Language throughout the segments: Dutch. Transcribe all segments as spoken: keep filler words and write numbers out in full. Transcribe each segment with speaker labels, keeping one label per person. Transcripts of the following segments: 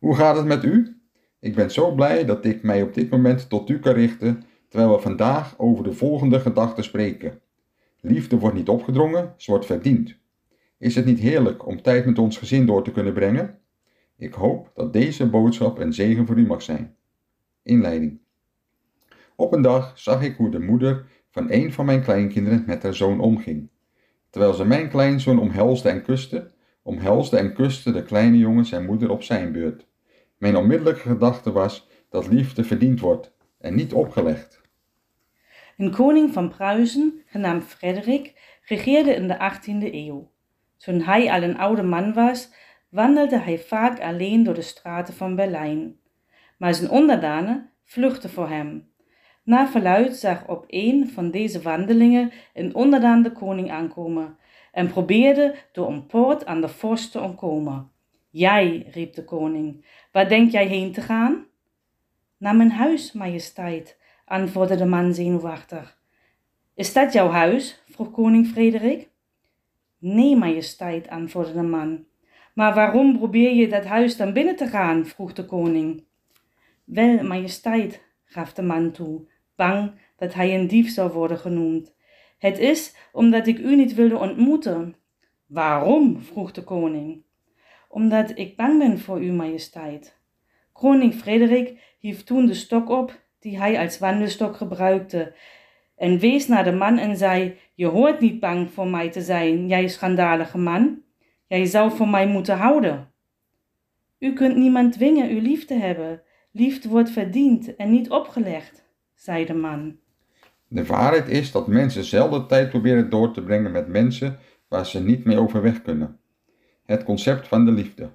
Speaker 1: Hoe gaat het met u? Ik ben zo blij dat ik mij op dit moment tot u kan richten, terwijl we vandaag over de volgende gedachte spreken. Liefde wordt niet opgedrongen, ze wordt verdiend. Is het niet heerlijk om tijd met ons gezin door te kunnen brengen? Ik hoop dat deze boodschap een zegen voor u mag zijn. Inleiding. Op een dag zag ik hoe de moeder van een van mijn kleinkinderen met haar zoon omging. Terwijl ze mijn kleinzoon omhelsde en kuste, omhelsde en kuste de kleine jongen zijn moeder op zijn beurt. Mijn onmiddellijke gedachte was dat liefde verdiend wordt en niet opgelegd.
Speaker 2: Een koning van Pruisen, genaamd Frederik, regeerde in de achttiende eeuw. Toen hij al een oude man was, wandelde hij vaak alleen door de straten van Berlijn. Maar zijn onderdanen vluchtten voor hem. Naar verluidt zag op een van deze wandelingen een onderdaan de koning aankomen en probeerde door een poort aan de vorst te ontkomen. Jij, riep de koning, waar denk jij heen te gaan? Naar mijn huis, majesteit, antwoordde de man zenuwachtig. Is dat jouw huis? Vroeg koning Frederik. Nee, majesteit, antwoordde de man. Maar waarom probeer je dat huis dan binnen te gaan? Vroeg de koning. Wel, majesteit, gaf de man toe, bang dat hij een dief zou worden genoemd. Het is omdat ik u niet wilde ontmoeten. Waarom? Vroeg de koning. Omdat ik bang ben voor u, majesteit. Koning Frederik hief toen de stok op die hij als wandelstok gebruikte en wees naar de man en zei: Je hoort niet bang voor mij te zijn, jij schandalige man. Jij zou voor mij moeten houden. U kunt niemand dwingen uw lief te hebben. Liefde wordt verdiend en niet opgelegd, zei de man.
Speaker 1: De waarheid is dat mensen zelden tijd proberen door te brengen met mensen waar ze niet mee overweg kunnen. Het concept van de liefde.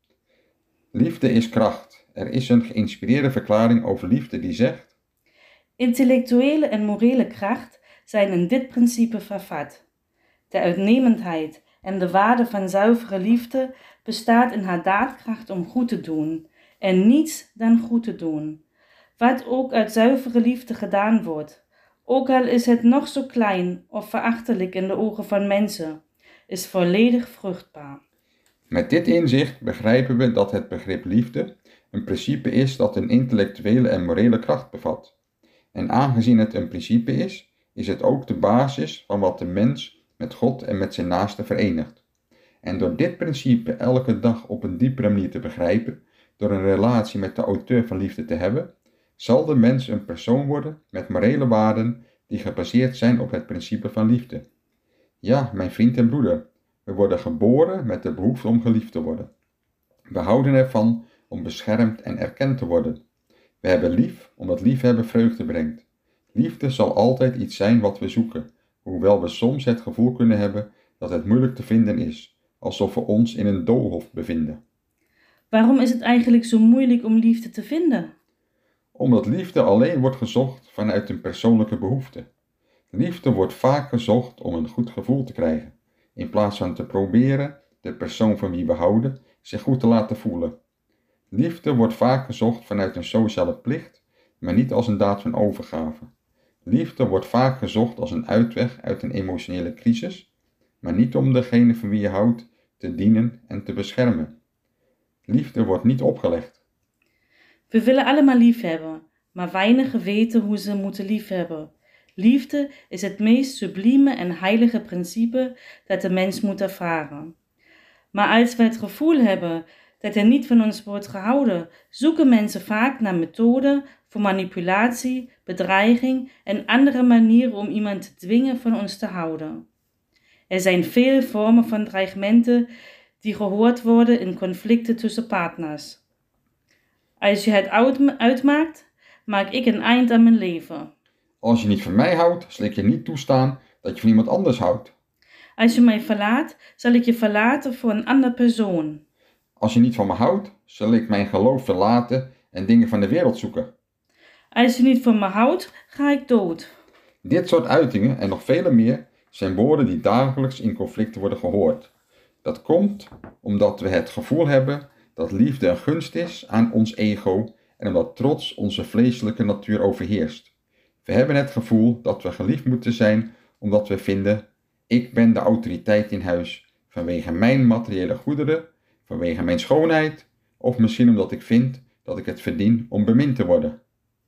Speaker 1: Liefde is kracht. Er is een geïnspireerde verklaring over liefde die zegt:
Speaker 2: Intellectuele en morele kracht zijn in dit principe vervat. De uitnemendheid en de waarde van zuivere liefde bestaat in haar daadkracht om goed te doen, en niets dan goed te doen. Wat ook uit zuivere liefde gedaan wordt, ook al is het nog zo klein of verachtelijk in de ogen van mensen, is volledig vruchtbaar.
Speaker 1: Met dit inzicht begrijpen we dat het begrip liefde een principe is dat een intellectuele en morele kracht bevat. En aangezien het een principe is, is het ook de basis van wat de mens met God en met zijn naaste verenigt. En door dit principe elke dag op een diepere manier te begrijpen, door een relatie met de auteur van liefde te hebben, zal de mens een persoon worden met morele waarden die gebaseerd zijn op het principe van liefde. Ja, mijn vriend en broeder, we worden geboren met de behoefte om geliefd te worden. We houden ervan om beschermd en erkend te worden. We hebben lief omdat liefhebben vreugde brengt. Liefde zal altijd iets zijn wat we zoeken, hoewel we soms het gevoel kunnen hebben dat het moeilijk te vinden is, alsof we ons in een doolhof bevinden.
Speaker 2: Waarom is het eigenlijk zo moeilijk om liefde te vinden?
Speaker 1: Omdat liefde alleen wordt gezocht vanuit een persoonlijke behoefte. Liefde wordt vaak gezocht om een goed gevoel te krijgen, in plaats van te proberen de persoon van wie we houden zich goed te laten voelen. Liefde wordt vaak gezocht vanuit een sociale plicht, maar niet als een daad van overgave. Liefde wordt vaak gezocht als een uitweg uit een emotionele crisis, maar niet om degene van wie je houdt te dienen en te beschermen. Liefde wordt niet opgelegd.
Speaker 2: We willen allemaal lief hebben, maar weinigen weten hoe ze moeten liefhebben. Liefde is het meest sublieme en heilige principe dat de mens moet ervaren. Maar als we het gevoel hebben dat er niet van ons wordt gehouden, zoeken mensen vaak naar methoden voor manipulatie, bedreiging en andere manieren om iemand te dwingen van ons te houden. Er zijn veel vormen van dreigementen die gehoord worden in conflicten tussen partners. Als je het uitmaakt, maak ik een eind aan mijn leven.
Speaker 1: Als je niet van mij houdt, zal ik je niet toestaan dat je van iemand anders houdt.
Speaker 2: Als je mij verlaat, zal ik je verlaten voor een andere persoon.
Speaker 1: Als je niet van me houdt, zal ik mijn geloof verlaten en dingen van de wereld zoeken.
Speaker 2: Als je niet van me houdt, ga ik dood.
Speaker 1: Dit soort uitingen en nog vele meer zijn woorden die dagelijks in conflicten worden gehoord. Dat komt omdat we het gevoel hebben dat liefde een gunst is aan ons ego en omdat trots onze vleeselijke natuur overheerst. We hebben het gevoel dat we geliefd moeten zijn omdat we vinden: ik ben de autoriteit in huis vanwege mijn materiële goederen, vanwege mijn schoonheid, of misschien omdat ik vind dat ik het verdien om bemind te worden.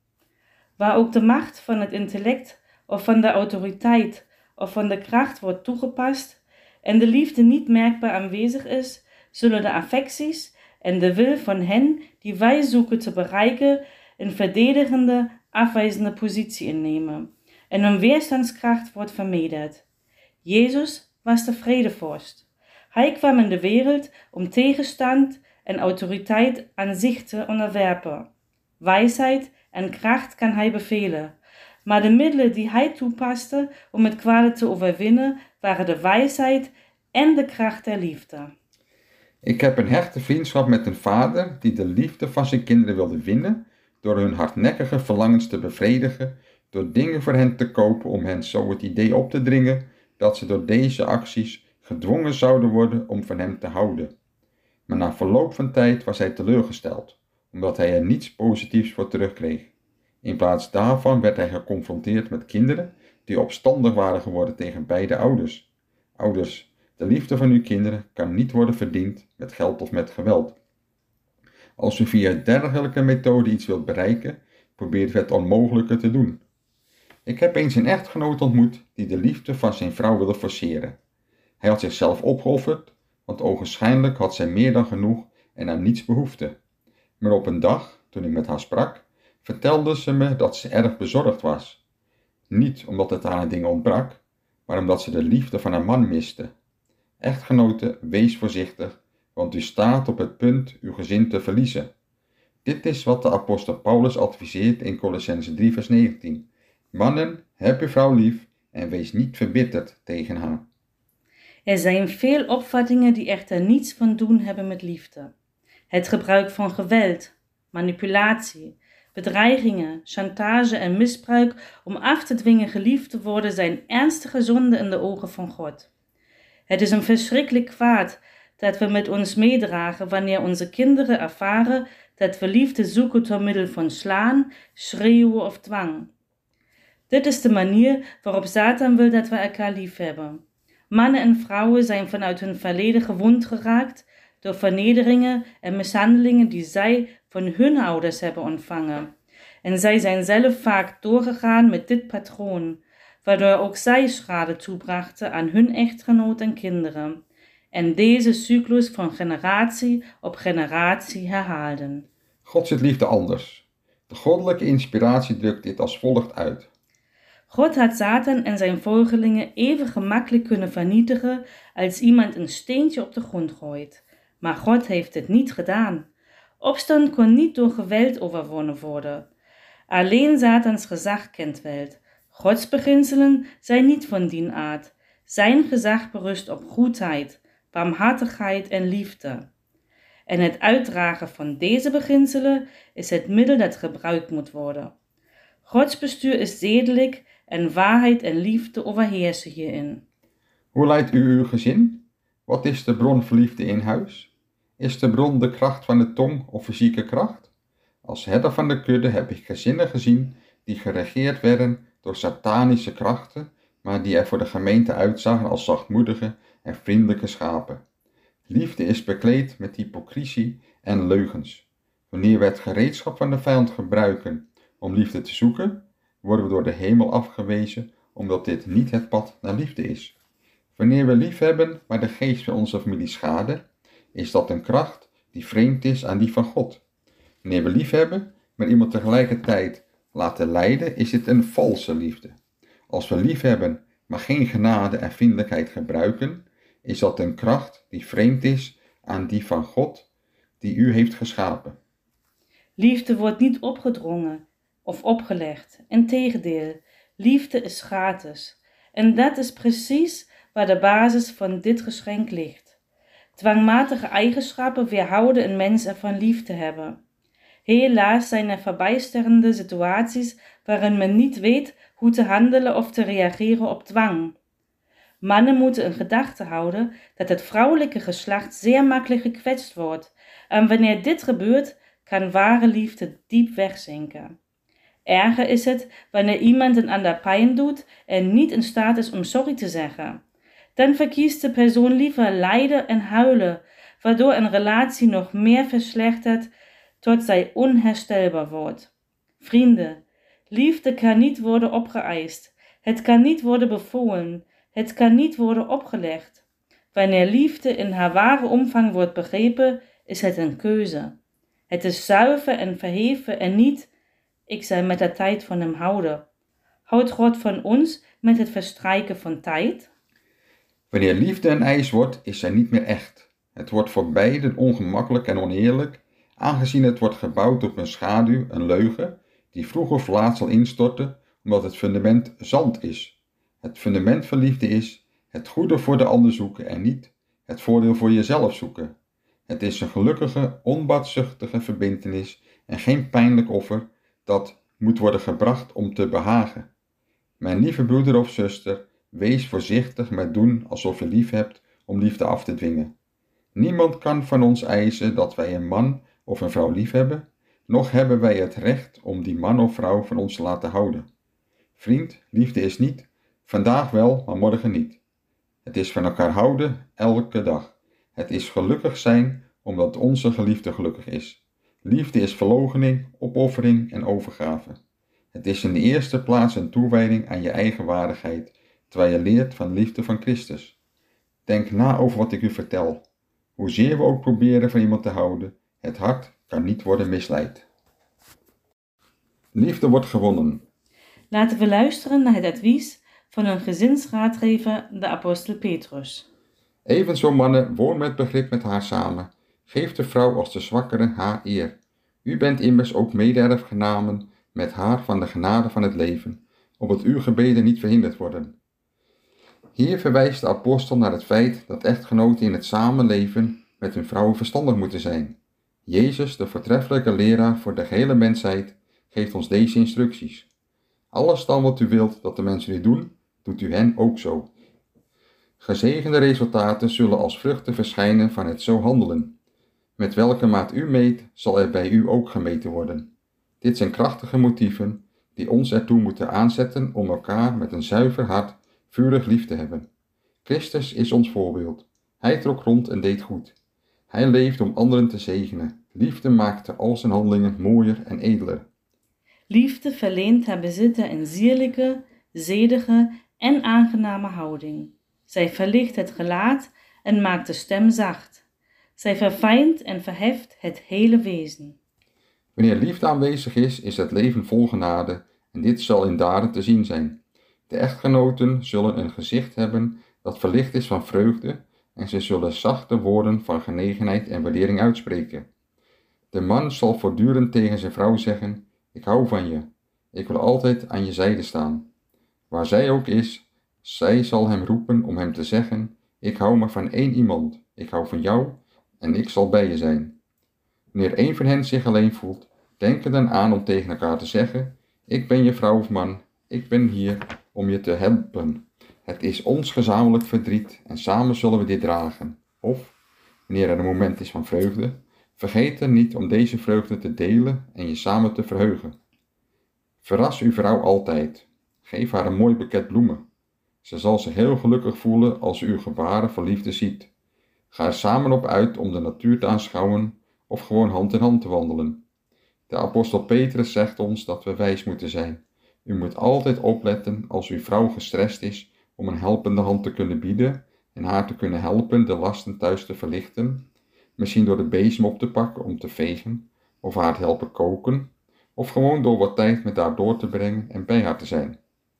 Speaker 2: Waar ook de macht van het intellect of van de autoriteit of van de kracht wordt toegepast en de liefde niet merkbaar aanwezig is, zullen de affecties en de wil van hen die wij zoeken te bereiken een verdedigende, afwijzende positie innemen en hun weerstandskracht wordt verminderd. Jezus was de vredevorst. Hij kwam in de wereld om tegenstand en autoriteit aan zich te onderwerpen. Wijsheid en kracht kan hij bevelen, maar de middelen die hij toepaste om het kwade te overwinnen waren de wijsheid en de kracht der liefde.
Speaker 1: Ik heb een hechte vriendschap met een vader die de liefde van zijn kinderen wilde winnen door hun hardnekkige verlangens te bevredigen, door dingen voor hen te kopen om hen zo het idee op te dringen dat ze door deze acties gedwongen zouden worden om van hem te houden. Maar na verloop van tijd was hij teleurgesteld, omdat hij er niets positiefs voor terugkreeg. In plaats daarvan werd hij geconfronteerd met kinderen die opstandig waren geworden tegen beide ouders. Ouders, de liefde van uw kinderen kan niet worden verdiend met geld of met geweld. Als u via dergelijke methode iets wilt bereiken, probeert u het onmogelijke te doen. Ik heb eens een echtgenoot ontmoet die de liefde van zijn vrouw wilde forceren. Hij had zichzelf opgeofferd, want ogenschijnlijk had zij meer dan genoeg en aan niets behoefte. Maar op een dag, toen ik met haar sprak, vertelde ze me dat ze erg bezorgd was. Niet omdat het haar aan dingen ontbrak, maar omdat ze de liefde van haar man miste. Echtgenote, wees voorzichtig, want u staat op het punt uw gezin te verliezen. Dit is wat de apostel Paulus adviseert in Colossenzen drie vers negentien. Mannen, heb uw vrouw lief en wees niet verbitterd tegen haar.
Speaker 2: Er zijn veel opvattingen die echter niets van doen hebben met liefde. Het gebruik van geweld, manipulatie, bedreigingen, chantage en misbruik om af te dwingen geliefd te worden zijn ernstige zonden in de ogen van God. Het is een verschrikkelijk kwaad dat we met ons meedragen wanneer onze kinderen ervaren dat we liefde zoeken door middel van slaan, schreeuwen of dwang. Dit is de manier waarop Satan wil dat we elkaar lief hebben. Mannen en vrouwen zijn vanuit hun verleden gewond geraakt door vernederingen en mishandelingen die zij van hun ouders hebben ontvangen. En zij zijn zelf vaak doorgegaan met dit patroon, waardoor ook zij schade toebrachten aan hun echtgenoot en kinderen. En deze cyclus van generatie op generatie herhaalden.
Speaker 1: God ziet liefde anders. De goddelijke inspiratie drukt dit als volgt uit.
Speaker 2: God had Satan en zijn volgelingen even gemakkelijk kunnen vernietigen als iemand een steentje op de grond gooit. Maar God heeft het niet gedaan. Opstand kon niet door geweld overwonnen worden. Alleen Satans gezag kent weld. Gods beginselen zijn niet van die aard. Zijn gezag berust op goedheid, barmhartigheid en liefde. En het uitdragen van deze beginselen is het middel dat gebruikt moet worden. Gods bestuur is zedelijk en waarheid en liefde overheersen hierin.
Speaker 1: Hoe leidt u uw gezin? Wat is de bron van liefde in huis? Is de bron de kracht van de tong of fysieke kracht? Als herder van de kudde heb ik gezinnen gezien die geregeerd werden door satanische krachten, maar die er voor de gemeente uitzagen als zachtmoedige en vriendelijke schapen. Liefde is bekleed met hypocrisie en leugens. Wanneer we het gereedschap van de vijand gebruiken om liefde te zoeken, worden we door de hemel afgewezen, omdat dit niet het pad naar liefde is. Wanneer we lief hebben, maar de geest van onze familie schade, is dat een kracht die vreemd is aan die van God. Wanneer we lief hebben, maar iemand tegelijkertijd laten lijden, is dit een valse liefde. Als we lief hebben, maar geen genade en vriendelijkheid gebruiken, is dat een kracht die vreemd is aan die van God, die u heeft geschapen.
Speaker 2: Liefde wordt niet opgedrongen of opgelegd. Integendeel, liefde is gratis. En dat is precies waar de basis van dit geschenk ligt. Dwangmatige eigenschappen weerhouden een mens ervan lief te hebben. Helaas zijn er verbijsterende situaties waarin men niet weet hoe te handelen of te reageren op dwang. Mannen moeten in gedachten houden dat het vrouwelijke geslacht zeer makkelijk gekwetst wordt. En wanneer dit gebeurt, kan ware liefde diep wegzinken. Erger is het wanneer iemand een ander pijn doet en niet in staat is om sorry te zeggen. Dan verkiest de persoon liever lijden en huilen, waardoor een relatie nog meer verslechtert tot zij onherstelbaar wordt. Vrienden, liefde kan niet worden opgeëist. Het kan niet worden bevolen. Het kan niet worden opgelegd. Wanneer liefde in haar ware omvang wordt begrepen, is het een keuze. Het is zuiver en verheven en niet, ik zal met de tijd van hem houden. Houdt God van ons met het verstrijken van tijd?
Speaker 1: Wanneer liefde een eis wordt, is zij niet meer echt. Het wordt voor beiden ongemakkelijk en oneerlijk, aangezien het wordt gebouwd op een schaduw, een leugen, die vroeg of laat zal instorten, omdat het fundament zand is. Het fundament van liefde is het goede voor de ander zoeken en niet het voordeel voor jezelf zoeken. Het is een gelukkige, onbaatzuchtige verbintenis en geen pijnlijk offer dat moet worden gebracht om te behagen. Mijn lieve broeder of zuster, wees voorzichtig met doen alsof je lief hebt om liefde af te dwingen. Niemand kan van ons eisen dat wij een man of een vrouw lief hebben, noch hebben wij het recht om die man of vrouw van ons te laten houden. Vriend, liefde is niet, vandaag wel, maar morgen niet. Het is van elkaar houden, elke dag. Het is gelukkig zijn, omdat onze geliefde gelukkig is. Liefde is verloochening, opoffering en overgave. Het is in de eerste plaats een toewijding aan je eigen waardigheid, terwijl je leert van de liefde van Christus. Denk na over wat ik u vertel. Hoezeer we ook proberen van iemand te houden, het hart kan niet worden misleid. Liefde wordt gewonnen.
Speaker 2: Laten we luisteren naar het advies van een gezinsraadgever, de apostel Petrus.
Speaker 1: Evenzo mannen, woon met begrip met haar samen. Geef de vrouw als de zwakkere haar eer. U bent immers ook mede-erfgenamen met haar van de genade van het leven, opdat uw gebeden niet verhinderd worden. Hier verwijst de apostel naar het feit dat echtgenoten in het samenleven met hun vrouwen verstandig moeten zijn. Jezus, de voortreffelijke leraar voor de gehele mensheid, geeft ons deze instructies. Alles dan wat u wilt dat de mensen u doen, doet u hen ook zo. Gezegende resultaten zullen als vruchten verschijnen van het zo handelen. Met welke maat u meet, zal er bij u ook gemeten worden. Dit zijn krachtige motieven die ons ertoe moeten aanzetten om elkaar met een zuiver hart vurig lief te hebben. Christus is ons voorbeeld. Hij trok rond en deed goed. Hij leefde om anderen te zegenen. Liefde maakte al zijn handelingen mooier en edeler.
Speaker 2: Liefde verleent haar bezitter een sierlijke, zedige en aangename houding. Zij verlicht het gelaat en maakt de stem zacht. Zij verfijnt en verheft het hele wezen.
Speaker 1: Wanneer liefde aanwezig is, is het leven vol genade en dit zal in daden te zien zijn. De echtgenoten zullen een gezicht hebben dat verlicht is van vreugde en ze zullen zachte woorden van genegenheid en waardering uitspreken. De man zal voortdurend tegen zijn vrouw zeggen, ik hou van je, ik wil altijd aan je zijde staan. Waar zij ook is, zij zal hem roepen om hem te zeggen, ik hou maar van één iemand, ik hou van jou en ik zal bij je zijn. Wanneer één van hen zich alleen voelt, denk er dan aan om tegen elkaar te zeggen, ik ben je vrouw of man, ik ben hier om je te helpen. Het is ons gezamenlijk verdriet en samen zullen we dit dragen. Of, wanneer er een moment is van vreugde, vergeet er niet om deze vreugde te delen en je samen te verheugen. Verras uw vrouw altijd. Geef haar een mooi boeket bloemen. Ze zal zich heel gelukkig voelen als ze uw gebaren van liefde ziet. Ga er samen op uit om de natuur te aanschouwen of gewoon hand in hand te wandelen. De apostel Petrus zegt ons dat we wijs moeten zijn. U moet altijd opletten als uw vrouw gestrest is om een helpende hand te kunnen bieden en haar te kunnen helpen de lasten thuis te verlichten, misschien door de bezem op te pakken om te vegen, of haar te helpen koken, of gewoon door wat tijd met haar door te brengen en bij haar te zijn.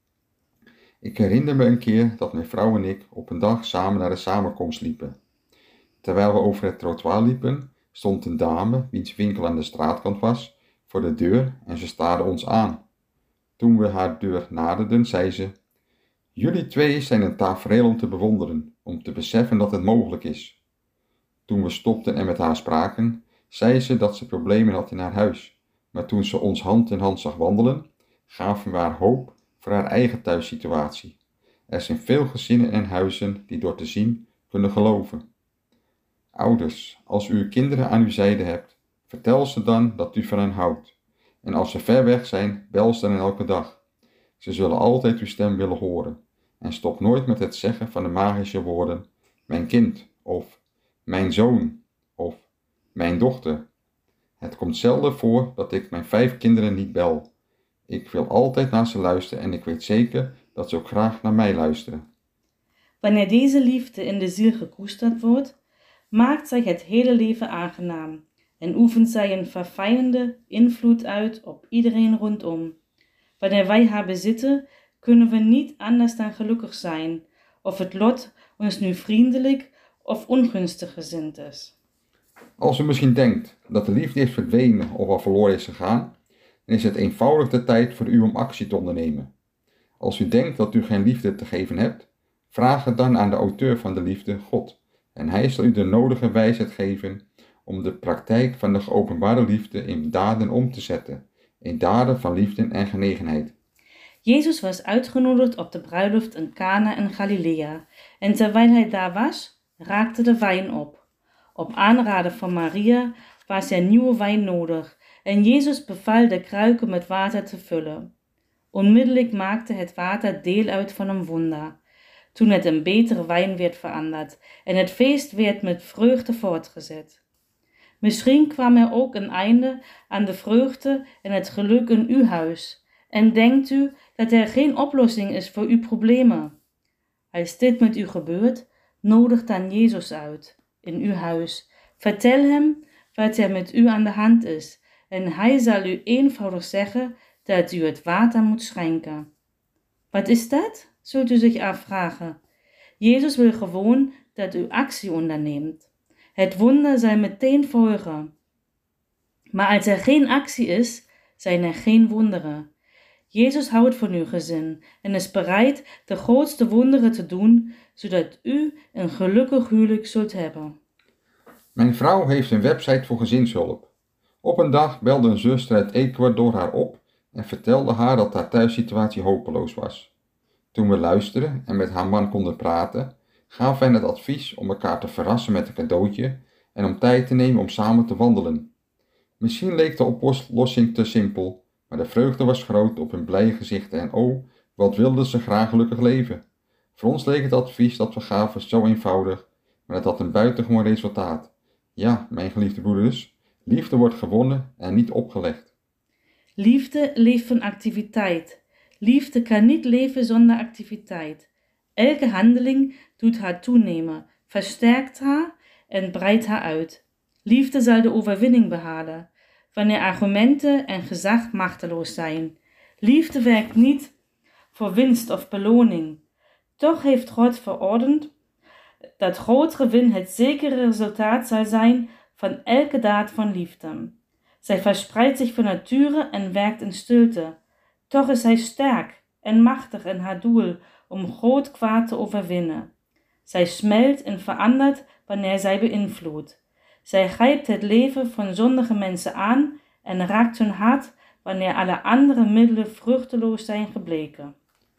Speaker 1: Ik herinner me een keer dat mijn vrouw en ik op een dag samen naar de samenkomst liepen. Terwijl we over het trottoir liepen, stond een dame, wiens winkel aan de straatkant was, voor de deur en ze staarde ons aan. Toen we haar deur naderden, zei ze, jullie twee zijn een tafereel om te bewonderen, om te beseffen dat het mogelijk is. Toen we stopten en met haar spraken, zei ze dat ze problemen had in haar huis, maar toen ze ons hand in hand zag wandelen, gaven we haar hoop voor haar eigen thuissituatie. Er zijn veel gezinnen en huizen die door te zien kunnen geloven. Ouders, als u uw kinderen aan uw zijde hebt, vertel ze dan dat u van hen houdt. En als ze ver weg zijn, bel ze dan elke dag. Ze zullen altijd uw stem willen horen. En stop nooit met het zeggen van de magische woorden, mijn kind of mijn zoon. mijn dochter. Het komt zelden voor dat ik mijn vijf kinderen niet bel. Ik wil altijd naar ze luisteren en ik weet zeker dat ze ook graag naar mij luisteren.
Speaker 2: Wanneer deze liefde in de ziel gekoesterd wordt, maakt zij het hele leven aangenaam en oefent zij een verfijnende invloed uit op iedereen rondom. Wanneer wij haar bezitten, kunnen we niet anders dan gelukkig zijn, of het lot ons nu vriendelijk of ongunstig gezind is.
Speaker 1: Als u misschien denkt dat de liefde is verdwenen of al verloren is gegaan, dan is het eenvoudig de tijd voor u om actie te ondernemen. Als u denkt dat u geen liefde te geven hebt, vraag het dan aan de auteur van de liefde, God, en hij zal u de nodige wijsheid geven om de praktijk van de geopenbare liefde in daden om te zetten, in daden van liefde en genegenheid.
Speaker 2: Jezus was uitgenodigd op de bruiloft in Cana in Galilea, en terwijl hij daar was, raakte de wijn op. Op aanraden van Maria was er nieuwe wijn nodig, en Jezus beval de kruiken met water te vullen. Onmiddellijk maakte het water deel uit van een wonder, toen het in betere wijn werd veranderd en het feest werd met vreugde voortgezet. Misschien kwam er ook een einde aan de vreugde en het geluk in uw huis, en denkt u dat er geen oplossing is voor uw problemen. Als dit met u gebeurt, nodig dan Jezus uit in uw huis. Vertel hem wat er met u aan de hand is, en hij zal u eenvoudig zeggen dat u het water moet schenken. Wat is dat? Zult u zich afvragen. Jezus wil gewoon dat u actie onderneemt. Het wonder zal meteen volgen. Maar als er geen actie is, zijn er geen wonderen. Jezus houdt van uw gezin en is bereid de grootste wonderen te doen, zodat u een gelukkig huwelijk zult hebben.
Speaker 1: Mijn vrouw heeft een website voor gezinshulp. Op een dag belde een zuster uit Ecuador haar op en vertelde haar dat haar thuissituatie hopeloos was. Toen we luisterden en met haar man konden praten, gaven wij het advies om elkaar te verrassen met een cadeautje en om tijd te nemen om samen te wandelen. Misschien leek de oplossing te simpel, maar de vreugde was groot op hun blije gezichten en oh, wat wilden ze graag gelukkig leven. Voor ons leek het advies dat we gaven zo eenvoudig, maar het had een buitengewoon resultaat. Ja, mijn geliefde broeders, liefde wordt gewonnen en niet opgelegd.
Speaker 2: Liefde leeft van activiteit. Liefde kan niet leven zonder activiteit. Elke handeling doet haar toenemen, versterkt haar en breidt haar uit. Liefde zal de overwinning behalen, wanneer argumenten en gezag machteloos zijn. Liefde werkt niet voor winst of beloning. Toch heeft God verordend dat groot gewin het zekere resultaat zal zijn van elke daad van liefde. Zij verspreidt zich van nature en werkt in stilte. Toch is zij sterk en machtig in haar doel om groot kwaad te overwinnen. Zij smelt en verandert wanneer zij beïnvloedt. Zij grijpt het leven van zondige mensen aan en raakt hun hart wanneer alle andere middelen vruchteloos zijn gebleken.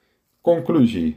Speaker 1: Conclusie.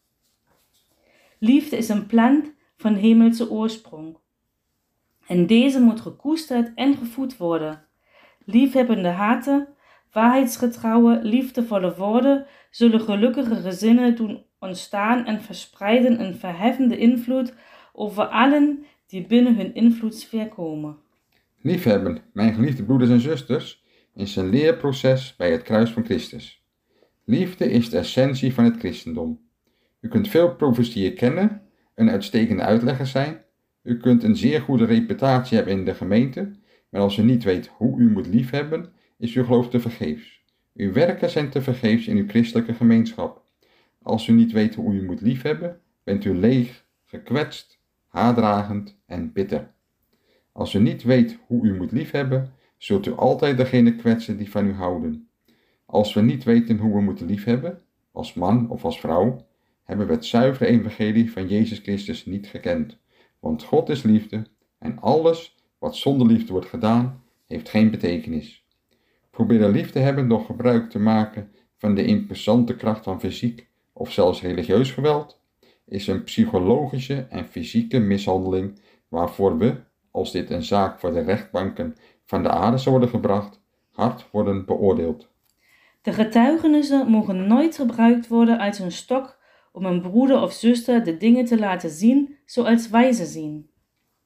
Speaker 2: Liefde is een plant van hemelse oorsprong. En deze moet gekoesterd en gevoed worden. Liefhebbende harten, waarheidsgetrouwe, liefdevolle woorden zullen gelukkige gezinnen doen ontstaan en verspreiden een verheffende invloed over allen die binnen hun invloedssfeer komen.
Speaker 1: Liefhebben, mijn geliefde broeders en zusters, is een leerproces bij het kruis van Christus. Liefde is de essentie van het christendom. U kunt veel profetieën kennen, een uitstekende uitlegger zijn, u kunt een zeer goede reputatie hebben in de gemeente, maar als u niet weet hoe u moet liefhebben, is uw geloof te vergeefs. Uw werken zijn te vergeefs in uw christelijke gemeenschap. Als u niet weet hoe u moet liefhebben, bent u leeg, gekwetst, haatdragend en bitter. Als u niet weet hoe u moet liefhebben, zult u altijd degene kwetsen die van u houden. Als we niet weten hoe we moeten liefhebben, als man of als vrouw, hebben we het zuivere evangelie van Jezus Christus niet gekend. Want God is liefde en alles wat zonder liefde wordt gedaan, heeft geen betekenis. Proberen lief te hebben door gebruik te maken van de imposante kracht van fysiek of zelfs religieus geweld, is een psychologische en fysieke mishandeling waarvoor we, als dit een zaak voor de rechtbanken van de aarde zou worden gebracht, hard worden beoordeeld.
Speaker 2: De getuigenissen mogen nooit gebruikt worden als een stok om een broeder of zuster de dingen te laten zien zoals wij ze zien.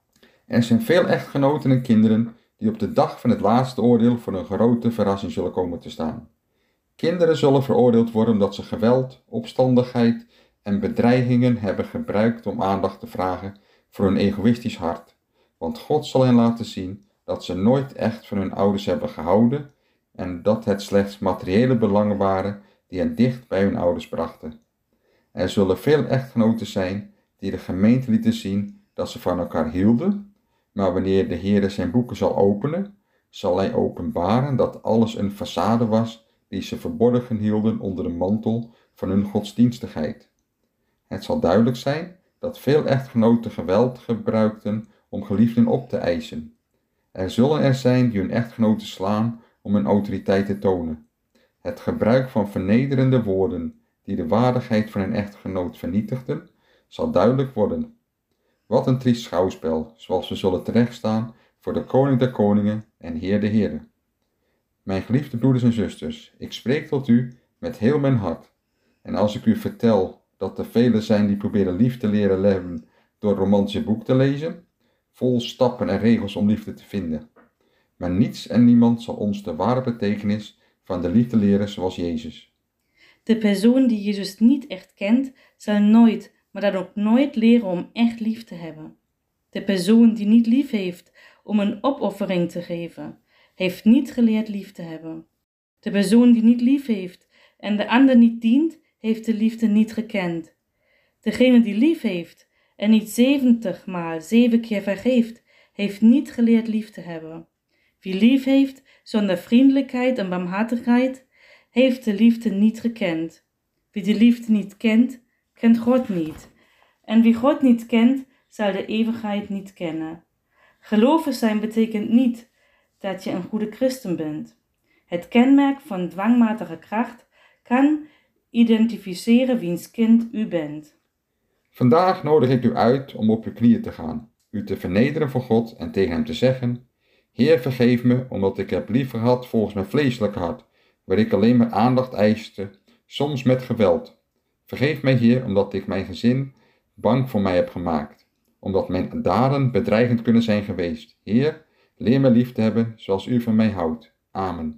Speaker 1: Er zijn veel echtgenoten en kinderen die op de dag van het laatste oordeel voor een grote verrassing zullen komen te staan. Kinderen zullen veroordeeld worden omdat ze geweld, opstandigheid en bedreigingen hebben gebruikt om aandacht te vragen voor hun egoïstisch hart. Want God zal hen laten zien dat ze nooit echt van hun ouders hebben gehouden en dat het slechts materiële belangen waren die hen dicht bij hun ouders brachten. Er zullen veel echtgenoten zijn die de gemeente lieten zien dat ze van elkaar hielden, maar wanneer de Heer zijn boeken zal openen, zal hij openbaren dat alles een façade was die ze verborgen hielden onder de mantel van hun godsdienstigheid. Het zal duidelijk zijn dat veel echtgenoten geweld gebruikten om geliefden op te eisen. Er zullen er zijn die hun echtgenoten slaan om hun autoriteit te tonen. Het gebruik van vernederende woorden die de waardigheid van een echtgenoot vernietigden, zal duidelijk worden. Wat een triest schouwspel, zoals we zullen terechtstaan voor de koning der koningen en heer der heren. Mijn geliefde broeders en zusters, ik spreek tot u met heel mijn hart. En als ik u vertel dat er velen zijn die proberen lief te leren hebben door het romantische boek te lezen, vol stappen en regels om liefde te vinden. Maar niets en niemand zal ons de ware betekenis van de liefde leren zoals Jezus.
Speaker 2: De persoon die Jezus niet echt kent, zal nooit, maar dan ook nooit leren om echt lief te hebben. De persoon die niet lief heeft om een opoffering te geven, heeft niet geleerd lief te hebben. De persoon die niet lief heeft en de ander niet dient, heeft de liefde niet gekend. Degene die lief heeft en niet zeventig maal zeven keer vergeeft, heeft niet geleerd lief te hebben. Wie lief heeft zonder vriendelijkheid en barmhartigheid, heeft de liefde niet gekend. Wie de liefde niet kent, kent God niet. En wie God niet kent, zal de eeuwigheid niet kennen. Geloven zijn betekent niet dat je een goede christen bent. Het kenmerk van dwangmatige kracht kan identificeren wiens kind u bent.
Speaker 1: Vandaag nodig ik u uit om op uw knieën te gaan, u te vernederen voor God en tegen hem te zeggen: Heer, vergeef me, omdat ik heb lief gehad volgens mijn vleeselijke hart, waar ik alleen maar aandacht eiste, soms met geweld. Vergeef mij, Heer, omdat ik mijn gezin bang voor mij heb gemaakt, omdat mijn daden bedreigend kunnen zijn geweest. Heer, leer me lief te hebben zoals u van mij houdt. Amen.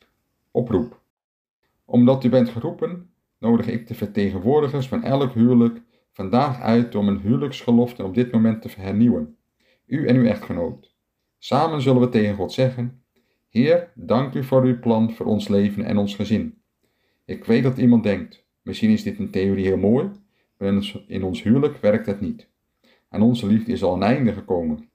Speaker 1: Oproep. Omdat u bent geroepen, nodig ik de vertegenwoordigers van elk huwelijk vandaag uit om een huwelijksgelofte op dit moment te hernieuwen. U en uw echtgenoot. Samen zullen we tegen God zeggen: Heer, dank u voor uw plan voor ons leven en ons gezin. Ik weet dat iemand denkt: misschien is dit een theorie heel mooi, maar in ons huwelijk werkt het niet. Aan onze liefde is al een einde gekomen.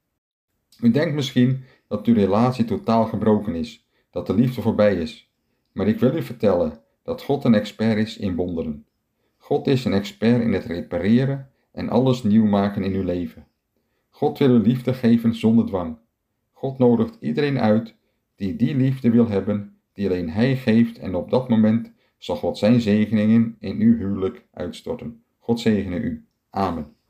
Speaker 1: U denkt misschien dat uw relatie totaal gebroken is, dat de liefde voorbij is. Maar ik wil u vertellen dat God een expert is in wonderen. God is een expert in het repareren en alles nieuw maken in uw leven. God wil u liefde geven zonder dwang. God nodigt iedereen uit die die liefde wil hebben, die alleen Hij geeft, en op dat moment zal God zijn zegeningen in uw huwelijk uitstorten. God zegene u. Amen.